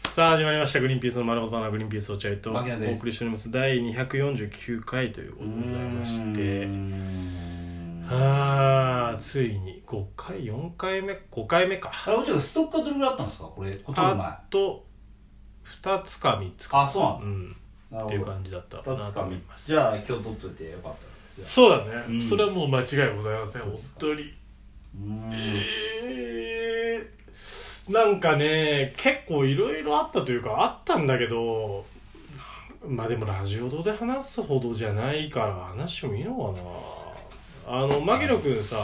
さあ始まりましたグリーンピースの丸ごとバナナグリーンピースお茶いとお牧野です。 送りしております第249回ということでございましてついに5回4回目5回目か。 あれ、お茶がストックはどれぐらいあったんですかこれ、ほとんど前。 あと2つか3つか。 あ、そうなんだ。なるほど。 っていう感じだった 2つか3 なと思います。 つ。じゃあ今日取っといてよかった。 そうだね、それはもう間違いございません本当に。なんかね結構いろいろあったというかあったんだけど、まあでもラジオで話すほどじゃないから話してもいいのかな。牧野くんさ、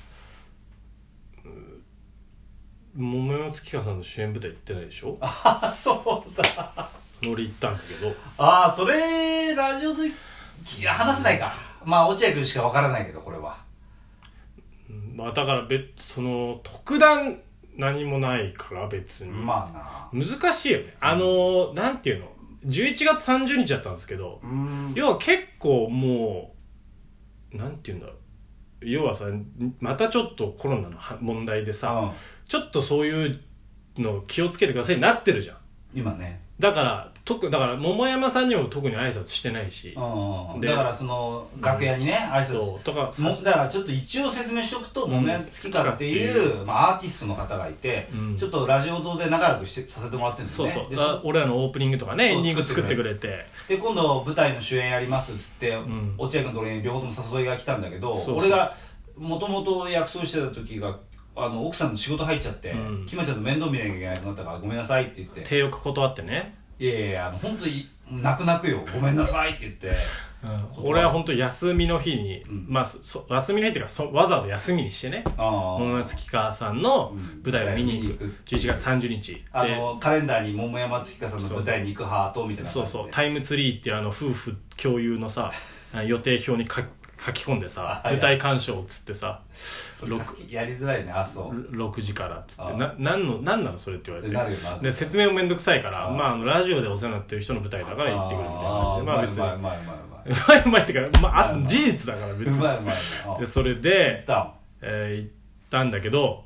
桃山月花さんの主演舞台行ってないでしょ。 あ、そうだ。 俺行ったんだけど。 ああ、それラジオで話せないか。まあ落合君しかわからないけどこれは。 まあだからその特段何もないから別に。 まあな。難しいよね。なんていうの。11月30日だったんですけど、要は結構もうなんていうんだろう。要はさまたちょっとコロナの問題でさ、ちょっとそういうの気をつけてくださいになってるじゃん今ね。 だから桃山さんにも特に挨拶してないし、 だからその楽屋にね、挨拶そうとかだからちょっと一応説明しておくと、桃山月花っていう、アーティストの方がいて、ちょっとラジオ堂で仲良くさせてもらってるんですね。 そう俺らのオープニングとかねエンディング作ってくれて、 で今度舞台の主演やりますっつって、落合君と俺に両方とも誘いが来たんだけど、俺がもともと約束してた時が奥さんの仕事入っちゃって、きまちゃんと面倒見なきゃいけないとなったからごめんなさいって言って、 手よく断ってね。 いやいや本当に泣くよごめんなさいって言って、 俺は本当休みの日に、まあ休みの日っていうかわざわざ休みにしてね、桃山月花さんの舞台を見に行く、11月30日カレンダーに桃山月花さんの舞台に行くハートみたいな感じで、 そうタイムツリーっていう夫婦共有のさ予定表に書き込んでさ舞台鑑賞っつってさやりづらいね。そう 6時からっつって何なのそれって言われて、 なるよな。 で説明もめんどくさいからラジオでお世話になってる人の舞台だから行ってくるみたいな感じで、まあ別にうまいっていうか、事実だから別にでそれで行ったんだけど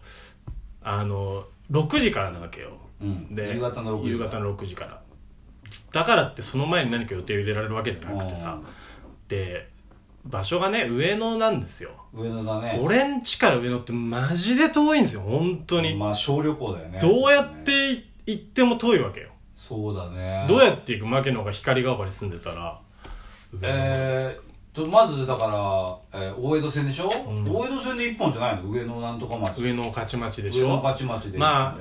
6時からなわけよ、で夕方の6時からだからってその前に何か予定を入れられるわけじゃなくてさ、で場所がね上野なんですよ。 上野だね。 俺ん家から上野ってマジで遠いんですよ本当に。 まあ小旅行だよね。 どうやって行っても遠いわけよ。 そうだね。 どうやって行く。牧野が光が丘に住んでたらまずだから大江戸線でしょ、大江戸線で1本じゃないの。上野なんとか町、 上野御徒町でしょ。 上野御徒町でまあ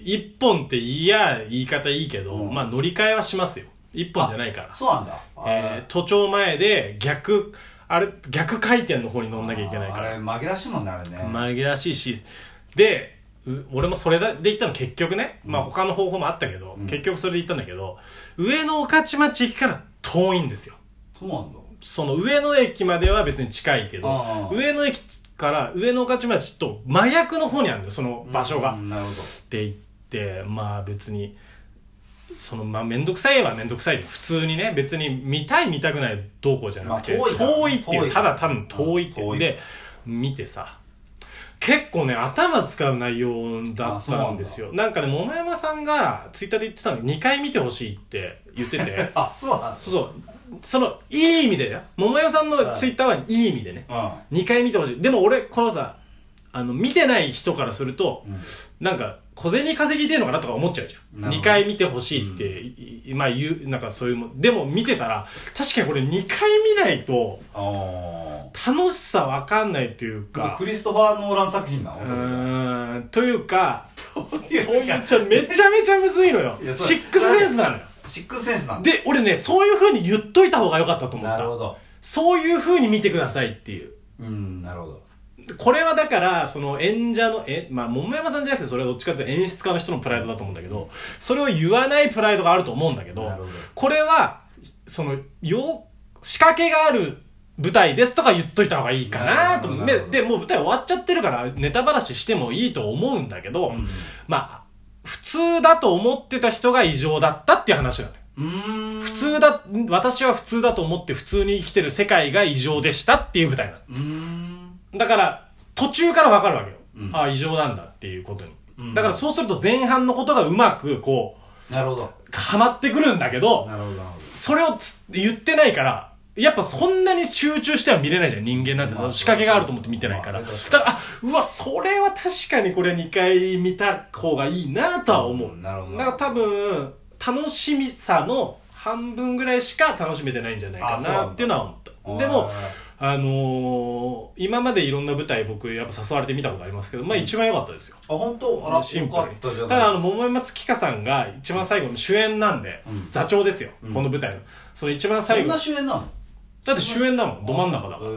1本って言い方いいけど、まあ乗り換えはしますよ。1本じゃないから。 そうなんだ。 都庁前で逆回転の方に乗んなきゃいけないから。 あれ紛らわしいもんねあれね。 紛らわしいし、で俺もそれで行ったの結局ね、まあ他の方法もあったけど、結局それで行ったんだけど、上野御徒町駅から遠いんですよ。 そうなんだ。 その上野駅までは別に近いけど、上野駅から上野御徒町と真逆の方にあるんだよその場所が。 なるほど。 って言ってまあ別にめんどくさいはめんどくさい。普通にね別に見たくないどうこうじゃなくて、遠いっていうただ単に遠いっていうで見てさ、結構ね頭使う内容だったんですよ。なんかね桃山さんがツイッターで言ってたの2回見てほしいって言っててそうなんだ。 そのいい意味でね、桃山さんのツイッターはいい意味でね、2回見てほしい。でも俺このさ見てない人からすると、なんか小銭稼ぎてえのかなとか思っちゃうじゃん。2回見てほしいって、まあ言うなんかそういうもんでも見てたら確かにこれ2回見ないと楽しさわかんないというか、 クリストファー・ノーラン作品なのというかめちゃめちゃむずいのよ。シックスセンスなのよ。 シックスセンスなんだ。 で俺ねそういう風に言っといた方が良かったと思った。 なるほど。 そういう風に見てくださいっていう。 なるほど。 これはだからその演者のまあ桃山さんじゃなくてそれはどっちかというと演出家の人のプライドだと思うんだけど、それを言わないプライドがあると思うんだけど、これはその仕掛けがある舞台ですとか言っといた方がいいかなと。でもう舞台終わっちゃってるからネタばらししてもいいと思うんだけど、まあ普通だと思ってた人が異常だったっていう話なのよ。私は普通だと思って普通に生きてる世界が異常でしたっていう舞台なの。だから途中から分かるわけよ、ああ異常なんだっていうことに、だからそうすると前半のことがうまくこうなるほど。 ハマってくるんだけど、 なるほど。 それを言ってないから、やっぱそんなに集中しては見れないじゃん、人間なんてさ、仕掛けがあると思って見てないから。だから、うわ、それは確かにこれ2回見た方がいいなとは思う。 なるほど。 だから多分、楽しみさの半分ぐらいしか楽しめてないんじゃないかなっていうのは思った。でも、今までいろんな舞台僕やっぱ誘われて見たことありますけど、まあ一番良かったですよ。 あ、本当？あら、 シンプルに。 よかったじゃない。 ただ桃山月花さんが一番最後の主演なんで、座長ですよ、この舞台の。その一番最後。 そんな主演なの？ だって主演だもん、ど真ん中だから。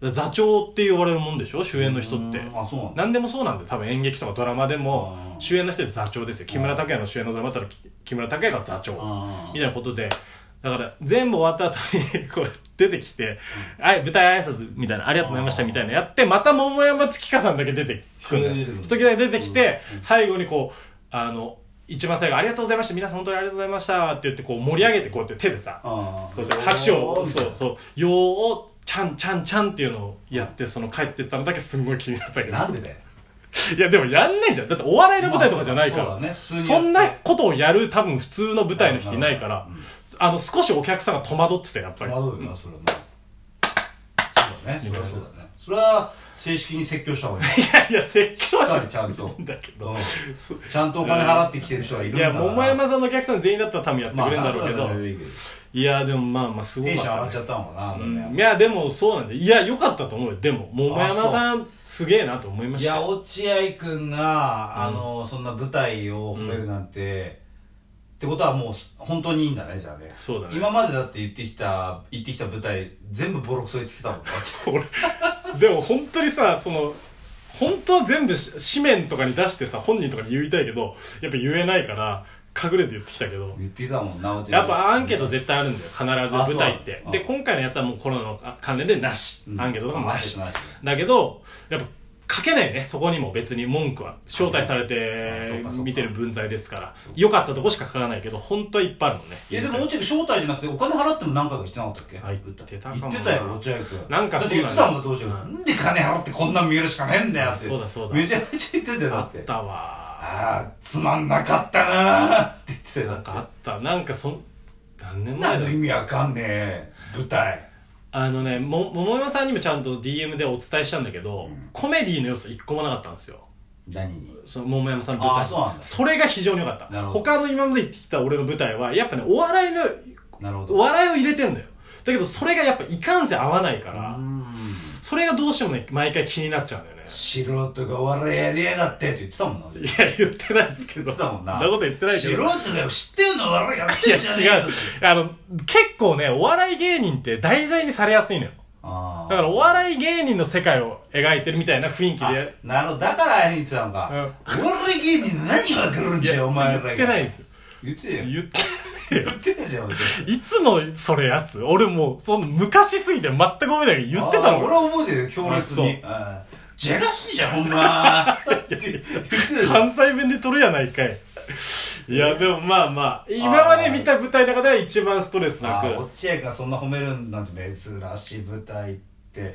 座長って言われるもんでしょ、主演の人って。 あ、そうなんだ。 何でもそうなんだよ。多分演劇とかドラマでも、主演の人って座長ですよ。木村拓哉の主演のドラマだったら、木村拓哉が座長。みたいなことで。だから、全部終わった後に、こう、出てきて、舞台挨拶みたいな、ありがとうございましたみたいなやって、また桃山月花さんだけ出てくる。一時だけ出てきて、最後にこう、一番最後、ありがとうございました、皆さん本当にありがとうございましたって言って、こう盛り上げて、こうやって手でさ、こうやって拍手を、よーを、ちゃんちゃんちゃんっていうのをやって、帰ってったのだけすんごい気になったけど。 なんでだよ。 いや、でもやんないじゃん。だってお笑いの舞台とかじゃないから。そんなことをやる多分普通の舞台の人いないから、少しお客さんが戸惑ってた、やっぱり。 戸惑うよな、それは。そうだね。そうだね。それは、正式に説教した方がいい。 いや、説教はしない。 ちゃんと。 だけど。 ちゃんとお金払ってきてる人がいるんだから。 いや、桃山さんのお客さん全員だったら多分やってくれるんだろうけど。いや、でもまあまあすごかった。 テンション上がっちゃったのかな。 いや、でもそうなんで。いや、良かったと思うよ。でも、桃山さんすげえなと思いました。 いや、落合くんが、そんな舞台を褒めるなんて、ってことはもう本当にいいんだね、じゃあね。 そうだね。 今までだって言ってきた舞台全部ボロクソ言ってきたもん。 俺でも本当にさ、本当は全部紙面とかに出してさ、本人とかに言いたいけど、やっぱ言えないから隠れて言ってきたけど。 言ってきたもんな、 やっぱアンケート絶対あるんだよ、必ず舞台って。で、今回のやつはもうコロナの関連でなし。アンケートとかもなし。だけど、やっぱ書けないね、そこにも別に文句は。招待されて見てる分際ですから。良かったとこしか書かないけど、本当はいっぱいあるもんね。 いやでも落合君招待じゃなくてお金払っても何回か言ってなかったっけ？ 言ってたかも。 言ってたよ、落合君。 なんかそうだって言ってたもんだ、落合君。なんで金払ってこんなん見るしかねえんだよって。 そうだそうだ。 めちゃめちゃ言ってたよ、だって。 あったわ。 ああ、つまんなかったなーって言ってたよ。 なんかあった。なんか何年前だ。何の意味わかんねえ、舞台。 桃山さんにもちゃんと DM でお伝えしたんだけど、コメディの要素一個もなかったんですよ。 何に？ 桃山さんの舞台。 そうなんだ。 それが非常に良かった。他の今まで言ってきた俺の舞台は、やっぱね、お笑いを入れてんだよ。だけどそれがやっぱいかんせん合わないから、それがどうしてもね、毎回気になっちゃうんだよね。 素人がお笑いやりやがってって言ってたもんな。 いや、言ってないですけど。 言ってたもんな。 そんなこと言ってないけど。 素人がよ、知ってるの笑いやってんじゃねえよ。 いや、違う。結構ね、お笑い芸人って題材にされやすいのよ。だからお笑い芸人の世界を描いてるみたいな雰囲気で。 なるほど、だからああいうふうに言ってたのか。お笑い芸人何がわかるんじゃお前らが。 言ってないですよ。 言ってよ。 言ってないじゃん。 いつのそれやつ？俺もう昔すぎて全く覚えないけど言ってたの。 俺は覚えてるよ、強烈に。じゃがしいじゃん、ほんま。 関西弁で撮るやないかい。いや、でもまあまあ、今まで見た舞台の中では一番ストレスなく。 落合がそんな褒めるなんて珍しい舞台って。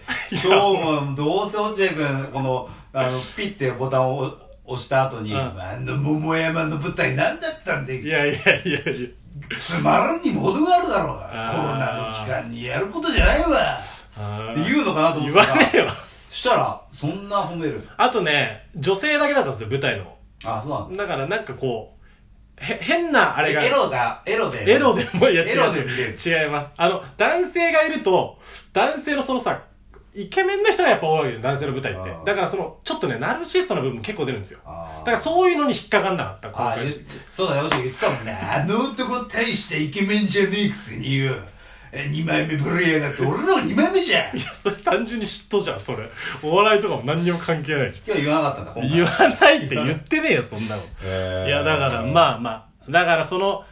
今日もどうせ落合君、ピッてボタンを押した後に、桃山の舞台何だったんで。 いや。 つまらんにも程があるだろうが。コロナの期間にやることじゃないわ。って言うのかなと思ってた。 言わねえわ。 したら、そんな褒める。 あとね、女性だけだったんですよ、舞台の。 あ、そうなんだ。だからなんかこう、変なあれが。 エロでも、いや違います。男性がいると、男性のイケメンな人がやっぱ多いわけです、男性の舞台って。だからちょっとね、ナルシストな部分結構出るんですよ。だからそういうのに引っかかんなかった、今回。 そうだよ、言ってたもんね。あの男大したイケメンじゃねえくせに言う。2枚目ぶりやがって、俺の2枚目じゃん。 いや、それ単純に嫉妬じゃん、それ。お笑いとかも何にも関係ないし。 今日言わなかったんだ、 言わないって言ってねえよ、そんなの。いや、だから、まあまあ。だから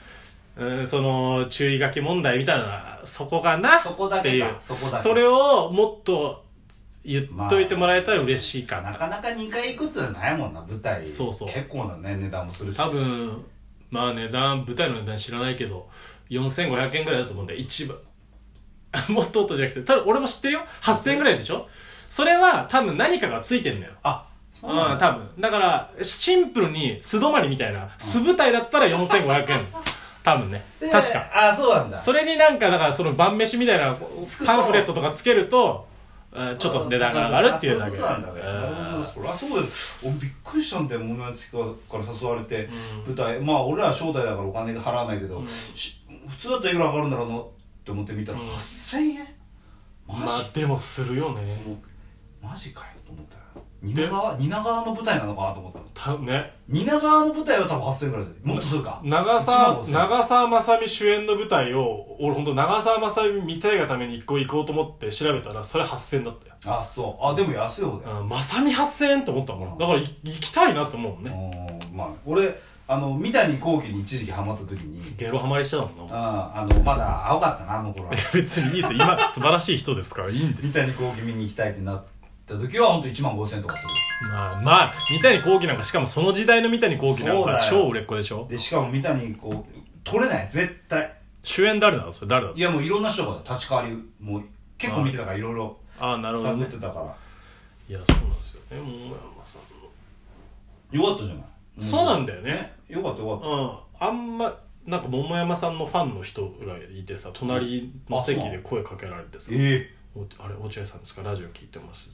注意書き問題みたいなのは、そこかなっていう。それをもっと言っといてもらえたら嬉しいかな。 なかなか2回行くってのはないもんな、舞台。 そうそう。 結構なね、値段もするし。 多分、まあ舞台の値段知らないけど、4500円ぐらいだと思うんで、一番。もっとじゃなくて、ただ俺も知ってるよ。8000円ぐらいでしょ？それは多分何かがついてんのよ。 あ、 多分だからシンプルに素泊まりみたいな素舞台だったら4500円多分ね、確か。 そうなんだ。 それになんかだからその晩飯みたいなパンフレットとかつけるとちょっと値段が上がるっていうだけ。 そうなんだね。そりゃそうだよ。俺びっくりしたんだよ。桃屋月から誘われて、舞台、まあ俺らは招待だからお金で払わないけど、普通だったらいくらかかるんだろうなって思って見たら8000円。 まあでもするよね。 マジかよと思ったよ。蜷川の舞台なのかなと思ったの。 ね。 蜷川の舞台は多分8000円ぐらいで、もっとするか。 長澤まさみ主演の舞台を俺ほんと長澤まさみ見たいがために一個行こうと思って調べたらそれ8000円だったよ。 そうでも安い方だよ。 まさみ8000円と思ったもん。だから行きたいなと思うもんね。 まあ俺三谷幸喜に一時期ハマった時にゲロハマりしちゃったの。 まだ青かったな、あの頃は。 別にいいですよ、今素晴らしい人ですからいいんですよ。 三谷幸喜見に行きたいってなった時はほんと1万5000円とかする。 まあ三谷幸喜なんか、しかもその時代の三谷幸喜なんか超売れっ子でしょ。 でしかも三谷幸喜取れない絶対。 主演誰だろう、それ誰だろう。 いやもういろんな人が立ち替わりもう結構見てたから、いろいろなるほどね。 探ってたから。 いやそうなんですよね、桃山さんの。 よかったじゃない。 そうなんだよね。 よかったあんまなんか桃山さんのファンの人がいてさ、隣の席で声かけられてさ、あれ落合さんですか、ラジオ聞いてますって。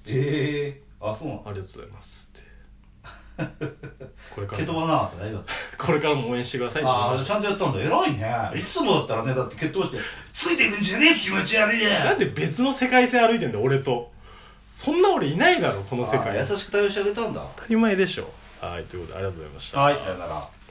そうなの。 ありがとうございますってこれから蹴飛ばなかった大丈夫だった。 これからも応援してくださいってちゃんとやったんだ。偉いね。いつもだったらね、だって蹴っ飛ばしてついていくんじゃねえ気持ち悪いね。 なんで別の世界線歩いてんだ俺と。そんな俺いないだろこの世界。 優しく対応してあげたんだ。 当たり前でしょ。はい、ということでありがとうございました。 はい、さよなら。